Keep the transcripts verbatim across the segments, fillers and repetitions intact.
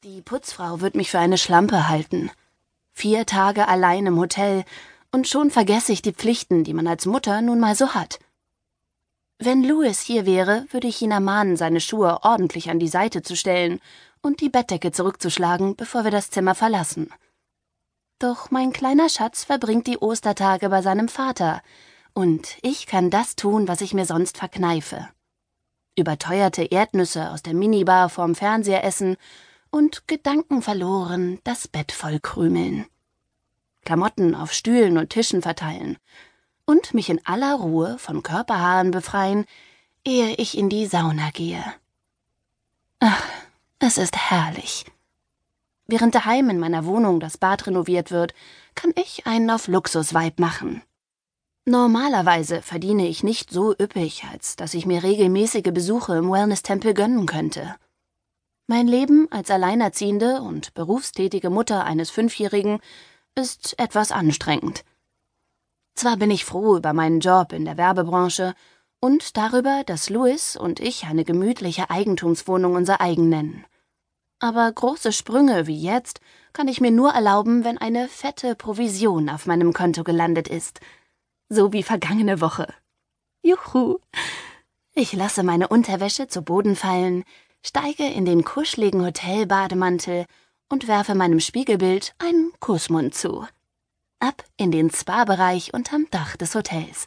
Die Putzfrau wird mich für eine Schlampe halten. Vier Tage allein im Hotel und schon vergesse ich die Pflichten, die man als Mutter nun mal so hat. Wenn Louis hier wäre, würde ich ihn ermahnen, seine Schuhe ordentlich an die Seite zu stellen und die Bettdecke zurückzuschlagen, bevor wir das Zimmer verlassen. Doch mein kleiner Schatz verbringt die Ostertage bei seinem Vater, und ich kann das tun, was ich mir sonst verkneife. Überteuerte Erdnüsse aus der Minibar vorm Fernseher essen und gedankenverloren das Bett vollkrümeln. Klamotten auf Stühlen und Tischen verteilen und mich in aller Ruhe von Körperhaaren befreien, ehe ich in die Sauna gehe. Ach, es ist herrlich. Während daheim in meiner Wohnung das Bad renoviert wird, kann ich einen auf Luxus-Vibe machen. Normalerweise verdiene ich nicht so üppig, als dass ich mir regelmäßige Besuche im Wellness-Tempel gönnen könnte. Mein Leben als alleinerziehende und berufstätige Mutter eines Fünfjährigen ist etwas anstrengend. Zwar bin ich froh über meinen Job in der Werbebranche und darüber, dass Louis und ich eine gemütliche Eigentumswohnung unser eigen nennen. Aber große Sprünge wie jetzt kann ich mir nur erlauben, wenn eine fette Provision auf meinem Konto gelandet ist. So wie vergangene Woche. Juhu! Ich lasse meine Unterwäsche zu Boden fallen, steige in den kuscheligen Hotelbademantel und werfe meinem Spiegelbild einen Kussmund zu. Ab in den Spa-Bereich unterm Dach des Hotels.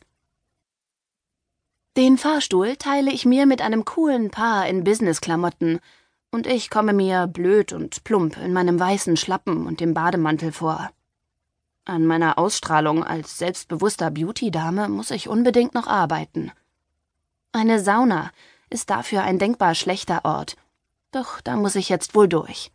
Den Fahrstuhl teile ich mir mit einem coolen Paar in Business-Klamotten, und ich komme mir blöd und plump in meinem weißen Schlappen und dem Bademantel vor. An meiner Ausstrahlung als selbstbewusster Beauty-Dame muss ich unbedingt noch arbeiten. Eine Sauna ist dafür ein denkbar schlechter Ort, doch da muss ich jetzt wohl durch.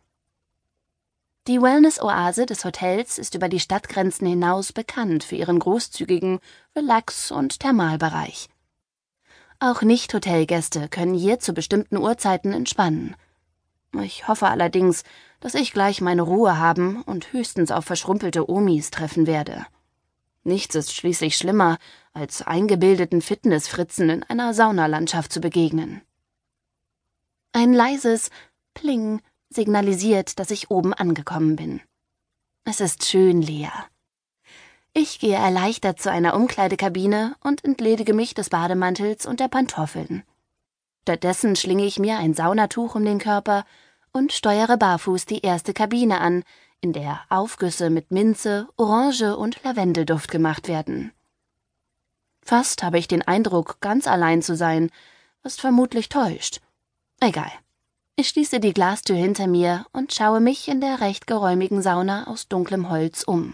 Die Wellness-Oase des Hotels ist über die Stadtgrenzen hinaus bekannt für ihren großzügigen Relax- und Thermalbereich. Auch Nicht-Hotelgäste können hier zu bestimmten Uhrzeiten entspannen. Ich hoffe allerdings, dass ich gleich meine Ruhe haben und höchstens auf verschrumpelte Omis treffen werde. Nichts ist schließlich schlimmer, als eingebildeten Fitnessfritzen in einer Saunalandschaft zu begegnen. Ein leises Pling signalisiert, dass ich oben angekommen bin. Es ist schön leer. Ich gehe erleichtert zu einer Umkleidekabine und entledige mich des Bademantels und der Pantoffeln. Stattdessen schlinge ich mir ein Saunatuch um den Körper und steuere barfuß die erste Kabine an, in der Aufgüsse mit Minze, Orange und Lavendelduft gemacht werden. Fast habe ich den Eindruck, ganz allein zu sein, was vermutlich täuscht. Egal. Ich schließe die Glastür hinter mir und schaue mich in der recht geräumigen Sauna aus dunklem Holz um.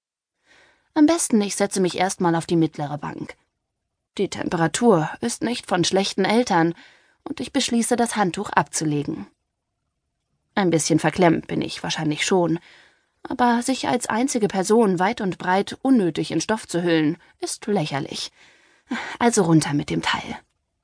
Am besten, ich setze mich erstmal auf die mittlere Bank. Die Temperatur ist nicht von schlechten Eltern, und ich beschließe, das Handtuch abzulegen. Ein bisschen verklemmt bin ich wahrscheinlich schon, aber sich als einzige Person weit und breit unnötig in Stoff zu hüllen, ist lächerlich. Also runter mit dem Teil.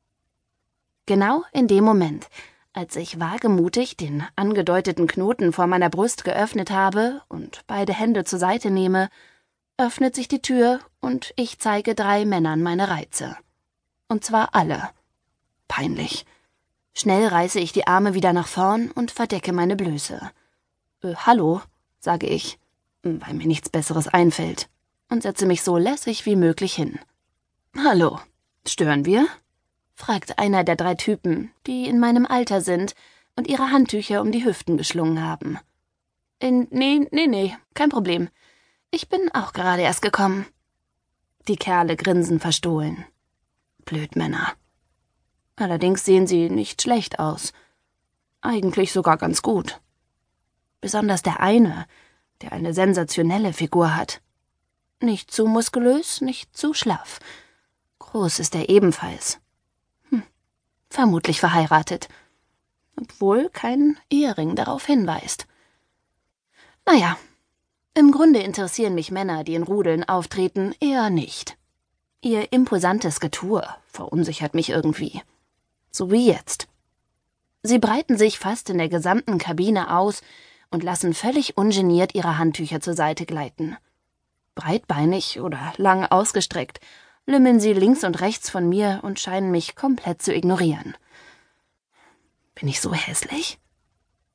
Genau in dem Moment, als ich wagemutig den angedeuteten Knoten vor meiner Brust geöffnet habe und beide Hände zur Seite nehme, öffnet sich die Tür und ich zeige drei Männern meine Reize. Und zwar alle. Peinlich. Schnell reiße ich die Arme wieder nach vorn und verdecke meine Blöße. Äh, hallo, sage ich, weil mir nichts Besseres einfällt, und setze mich so lässig wie möglich hin. Hallo, stören wir? Fragt einer der drei Typen, die in meinem Alter sind und ihre Handtücher um die Hüften geschlungen haben. In, nee, nee, nee, kein Problem. Ich bin auch gerade erst gekommen. Die Kerle grinsen verstohlen. Blödmänner. Allerdings sehen sie nicht schlecht aus. Eigentlich sogar ganz gut. Besonders der eine, der eine sensationelle Figur hat. Nicht zu muskulös, nicht zu schlaff. Groß ist er ebenfalls. Hm, vermutlich verheiratet. Obwohl kein Ehering darauf hinweist. Naja, im Grunde interessieren mich Männer, die in Rudeln auftreten, eher nicht. Ihr imposantes Getue verunsichert mich irgendwie. So wie jetzt. Sie breiten sich fast in der gesamten Kabine aus und lassen völlig ungeniert ihre Handtücher zur Seite gleiten. Breitbeinig oder lang ausgestreckt, lümmeln sie links und rechts von mir und scheinen mich komplett zu ignorieren. Bin ich so hässlich?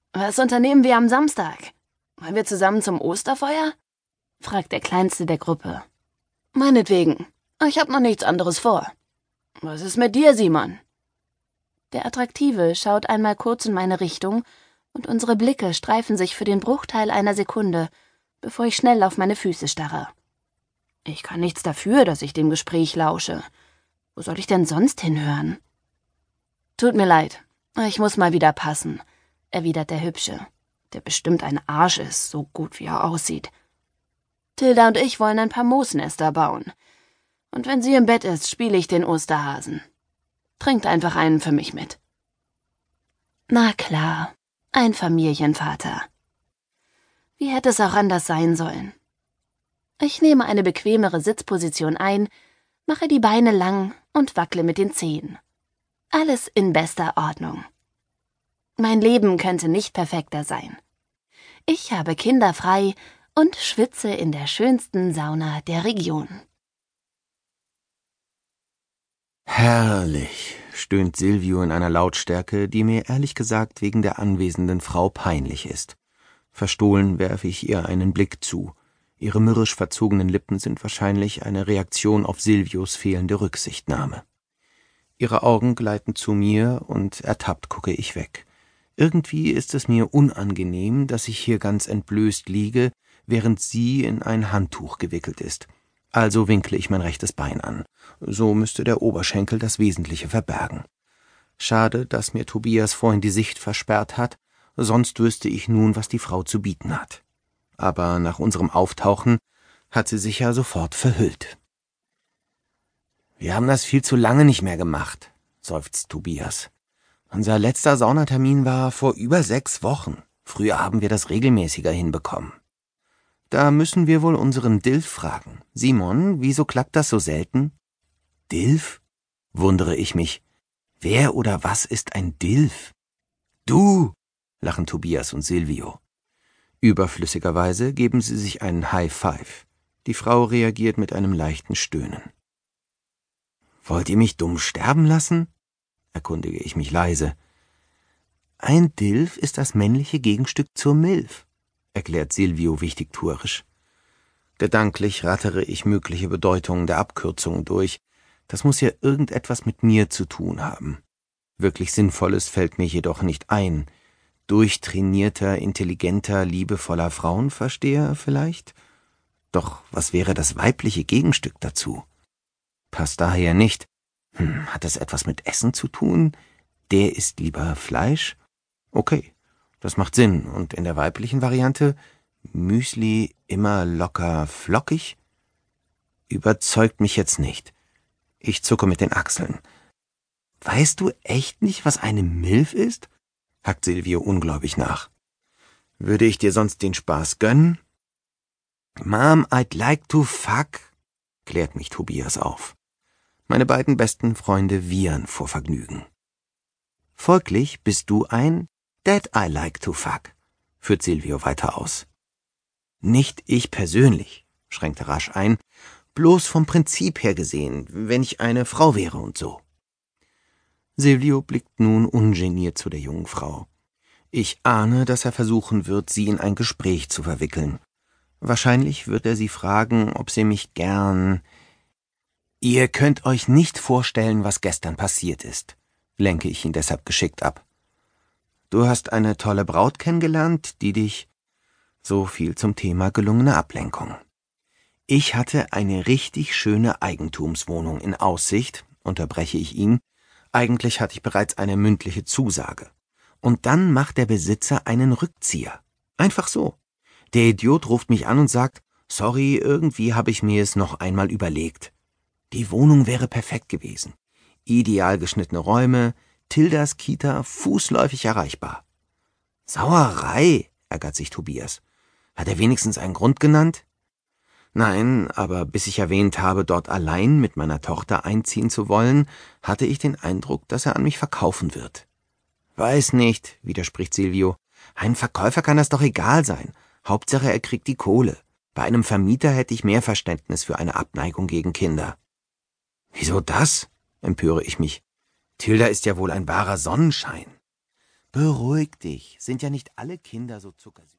Was unternehmen wir am Samstag? Wollen wir zusammen zum Osterfeuer? Fragt der Kleinste der Gruppe. Meinetwegen. Ich hab noch nichts anderes vor. Was ist mit dir, Simon? Der Attraktive schaut einmal kurz in meine Richtung und unsere Blicke streifen sich für den Bruchteil einer Sekunde, bevor ich schnell auf meine Füße starre. Ich kann nichts dafür, dass ich dem Gespräch lausche. Wo soll ich denn sonst hinhören? Tut mir leid, ich muss mal wieder passen, erwidert der Hübsche, der bestimmt ein Arsch ist, so gut wie er aussieht. Tilda und ich wollen ein paar Moosnester bauen. Und wenn sie im Bett ist, spiele ich den Osterhasen. Trinkt einfach einen für mich mit. Na klar, ein Familienvater. Wie hätte es auch anders sein sollen? Ich nehme eine bequemere Sitzposition ein, mache die Beine lang und wackle mit den Zehen. Alles in bester Ordnung. Mein Leben könnte nicht perfekter sein. Ich habe Kinder frei und schwitze in der schönsten Sauna der Region. Herrlich, stöhnt Silvio in einer Lautstärke, die mir ehrlich gesagt wegen der anwesenden Frau peinlich ist. Verstohlen werfe ich ihr einen Blick zu. Ihre mürrisch verzogenen Lippen sind wahrscheinlich eine Reaktion auf Silvios fehlende Rücksichtnahme. Ihre Augen gleiten zu mir und ertappt gucke ich weg. Irgendwie ist es mir unangenehm, dass ich hier ganz entblößt liege, während sie in ein Handtuch gewickelt ist. Also winkle ich mein rechtes Bein an. So müsste der Oberschenkel das Wesentliche verbergen. Schade, dass mir Tobias vorhin die Sicht versperrt hat, sonst wüsste ich nun, was die Frau zu bieten hat. Aber nach unserem Auftauchen hat sie sich ja sofort verhüllt. »Wir haben das viel zu lange nicht mehr gemacht«, seufzt Tobias. »Unser letzter Saunatermin war vor über sechs Wochen. Früher haben wir das regelmäßiger hinbekommen.« »Da müssen wir wohl unseren Dilf fragen. Simon, wieso klappt das so selten?« »Dilf?«, wundere ich mich. »Wer oder was ist ein Dilf?« »Du«, lachen Tobias und Silvio. Überflüssigerweise geben sie sich einen High Five. Die Frau reagiert mit einem leichten Stöhnen. »Wollt ihr mich dumm sterben lassen?«, erkundige ich mich leise. »Ein Dilf ist das männliche Gegenstück zur Milf«, erklärt Silvio wichtigtuerisch. Gedanklich rattere ich mögliche Bedeutungen der Abkürzungen durch. Das muss ja irgendetwas mit mir zu tun haben. Wirklich Sinnvolles fällt mir jedoch nicht ein. Durchtrainierter, intelligenter, liebevoller Frauenversteher vielleicht? Doch was wäre das weibliche Gegenstück dazu? Passt daher nicht. Hm, hat das etwas mit Essen zu tun? Der isst lieber Fleisch? Okay, das macht Sinn. Und in der weiblichen Variante Müsli immer locker flockig? Überzeugt mich jetzt nicht. Ich zucke mit den Achseln. Weißt du echt nicht, was eine Milf ist? Hackt Silvio ungläubig nach. Würde ich dir sonst den Spaß gönnen? Mom, I'd like to fuck, klärt mich Tobias auf. Meine beiden besten Freunde wiehern vor Vergnügen. Folglich bist du ein That I like to fuck, führt Silvio weiter aus. Nicht ich persönlich, schränkte rasch ein, bloß vom Prinzip her gesehen, wenn ich eine Frau wäre und so. Silvio blickt nun ungeniert zu der jungen Frau. Ich ahne, dass er versuchen wird, sie in ein Gespräch zu verwickeln. Wahrscheinlich wird er sie fragen, ob sie mich gern... Ihr könnt euch nicht vorstellen, was gestern passiert ist, lenke ich ihn deshalb geschickt ab. Du hast eine tolle Braut kennengelernt, die dich... So viel zum Thema gelungene Ablenkung. Ich hatte eine richtig schöne Eigentumswohnung in Aussicht, unterbreche ich ihn. Eigentlich hatte ich bereits eine mündliche Zusage. Und dann macht der Besitzer einen Rückzieher. Einfach so. Der Idiot ruft mich an und sagt, sorry, irgendwie habe ich mir es noch einmal überlegt. Die Wohnung wäre perfekt gewesen. Ideal geschnittene Räume, Tildas Kita fußläufig erreichbar. Sauerei, ärgert sich Tobias. Hat er wenigstens einen Grund genannt? Nein, aber bis ich erwähnt habe, dort allein mit meiner Tochter einziehen zu wollen, hatte ich den Eindruck, dass er an mich verkaufen wird. Weiß nicht, widerspricht Silvio. Ein Verkäufer kann das doch egal sein. Hauptsache, er kriegt die Kohle. Bei einem Vermieter hätte ich mehr Verständnis für eine Abneigung gegen Kinder. Wieso das? Empöre ich mich. Tilda ist ja wohl ein wahrer Sonnenschein. Beruhig dich, sind ja nicht alle Kinder so zuckersüß.